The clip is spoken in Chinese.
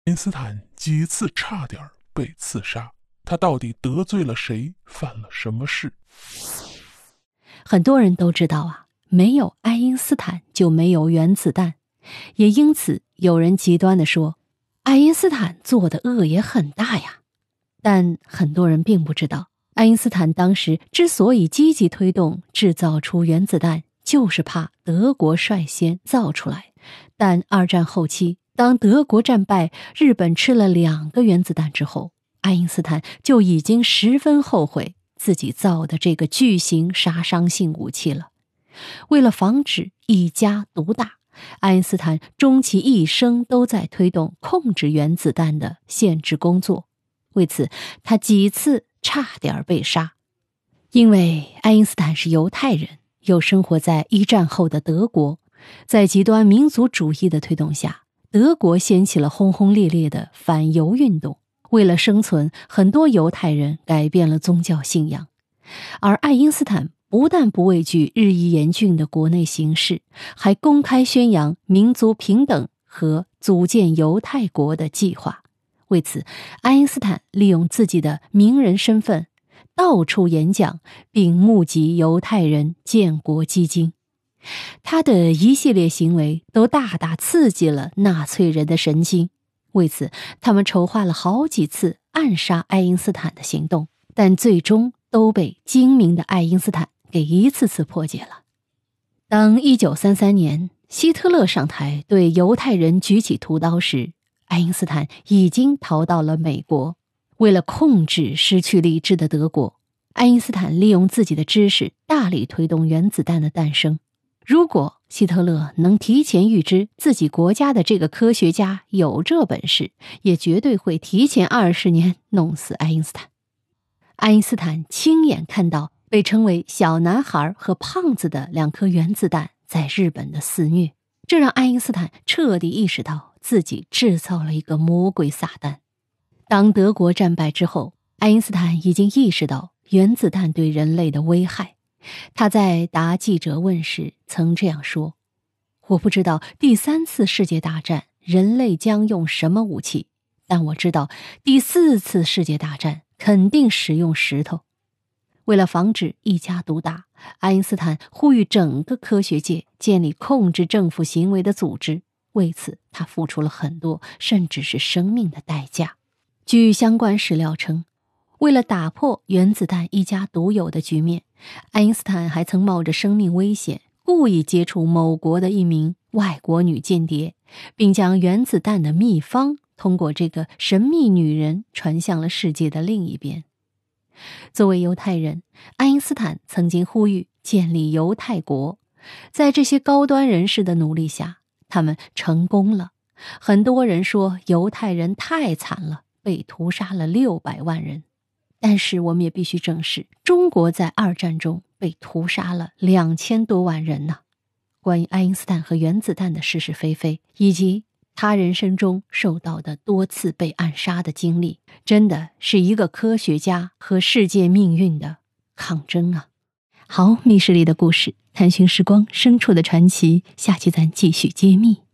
爱因斯坦几次差点被刺杀，他到底得罪了谁，犯了什么事？ 很多人都知道啊，没有爱因斯坦就没有原子弹，也因此有人极端地说，爱因斯坦做的恶也很大呀。但很多人并不知道，爱因斯坦当时之所以积极推动制造出原子弹，就是怕德国率先造出来。但二战后期，当德国战败，日本吃了2个原子弹之后，爱因斯坦就已经十分后悔自己造的这个巨型杀伤性武器了。为了防止一家独大，爱因斯坦终其一生都在推动控制原子弹的限制工作。为此，他几次差点被杀。因为爱因斯坦是犹太人，又生活在一战后的德国，在极端民族主义的推动下，德国掀起了轰轰烈烈的反犹运动。为了生存，很多犹太人改变了宗教信仰。而爱因斯坦不但不畏惧日益严峻的国内形势，还公开宣扬民族平等和组建犹太国的计划。为此，爱因斯坦利用自己的名人身份，到处演讲，并募集犹太人建国基金。他的一系列行为都大大刺激了纳粹人的神经。为此，他们筹划了好几次暗杀爱因斯坦的行动，但最终都被精明的爱因斯坦给一次次破解了。当1933年希特勒上台对犹太人举起屠刀时，爱因斯坦已经逃到了美国。为了控制失去理智的德国，爱因斯坦利用自己的知识大力推动原子弹的诞生。如果希特勒能提前预知自己国家的这个科学家有这本事，也绝对会提前20年弄死爱因斯坦。爱因斯坦亲眼看到被称为小男孩和胖子的2颗原子弹在日本的肆虐，这让爱因斯坦彻底意识到自己制造了一个魔鬼撒旦。当德国战败之后，爱因斯坦已经意识到原子弹对人类的危害。他在答记者问时曾这样说：我不知道第3次世界大战人类将用什么武器，但我知道第4次世界大战肯定使用石头。为了防止一家独大，爱因斯坦呼吁整个科学界建立控制政府行为的组织，为此他付出了很多，甚至是生命的代价。据相关史料称，为了打破原子弹一家独有的局面，爱因斯坦还曾冒着生命危险，故意接触某国的一名外国女间谍，并将原子弹的秘方通过这个神秘女人传向了世界的另一边。作为犹太人，爱因斯坦曾经呼吁建立犹太国。在这些高端人士的努力下，他们成功了。很多人说犹太人太惨了，被屠杀了600万人。但是我们也必须正视，中国在2战中被屠杀了2000多万人呢。关于爱因斯坦和原子弹的是是非非，以及他人生中受到的多次被暗杀的经历，真的是一个科学家和世界命运的抗争啊。好，密室里的故事，探寻时光深处的传奇，下期咱继续揭秘。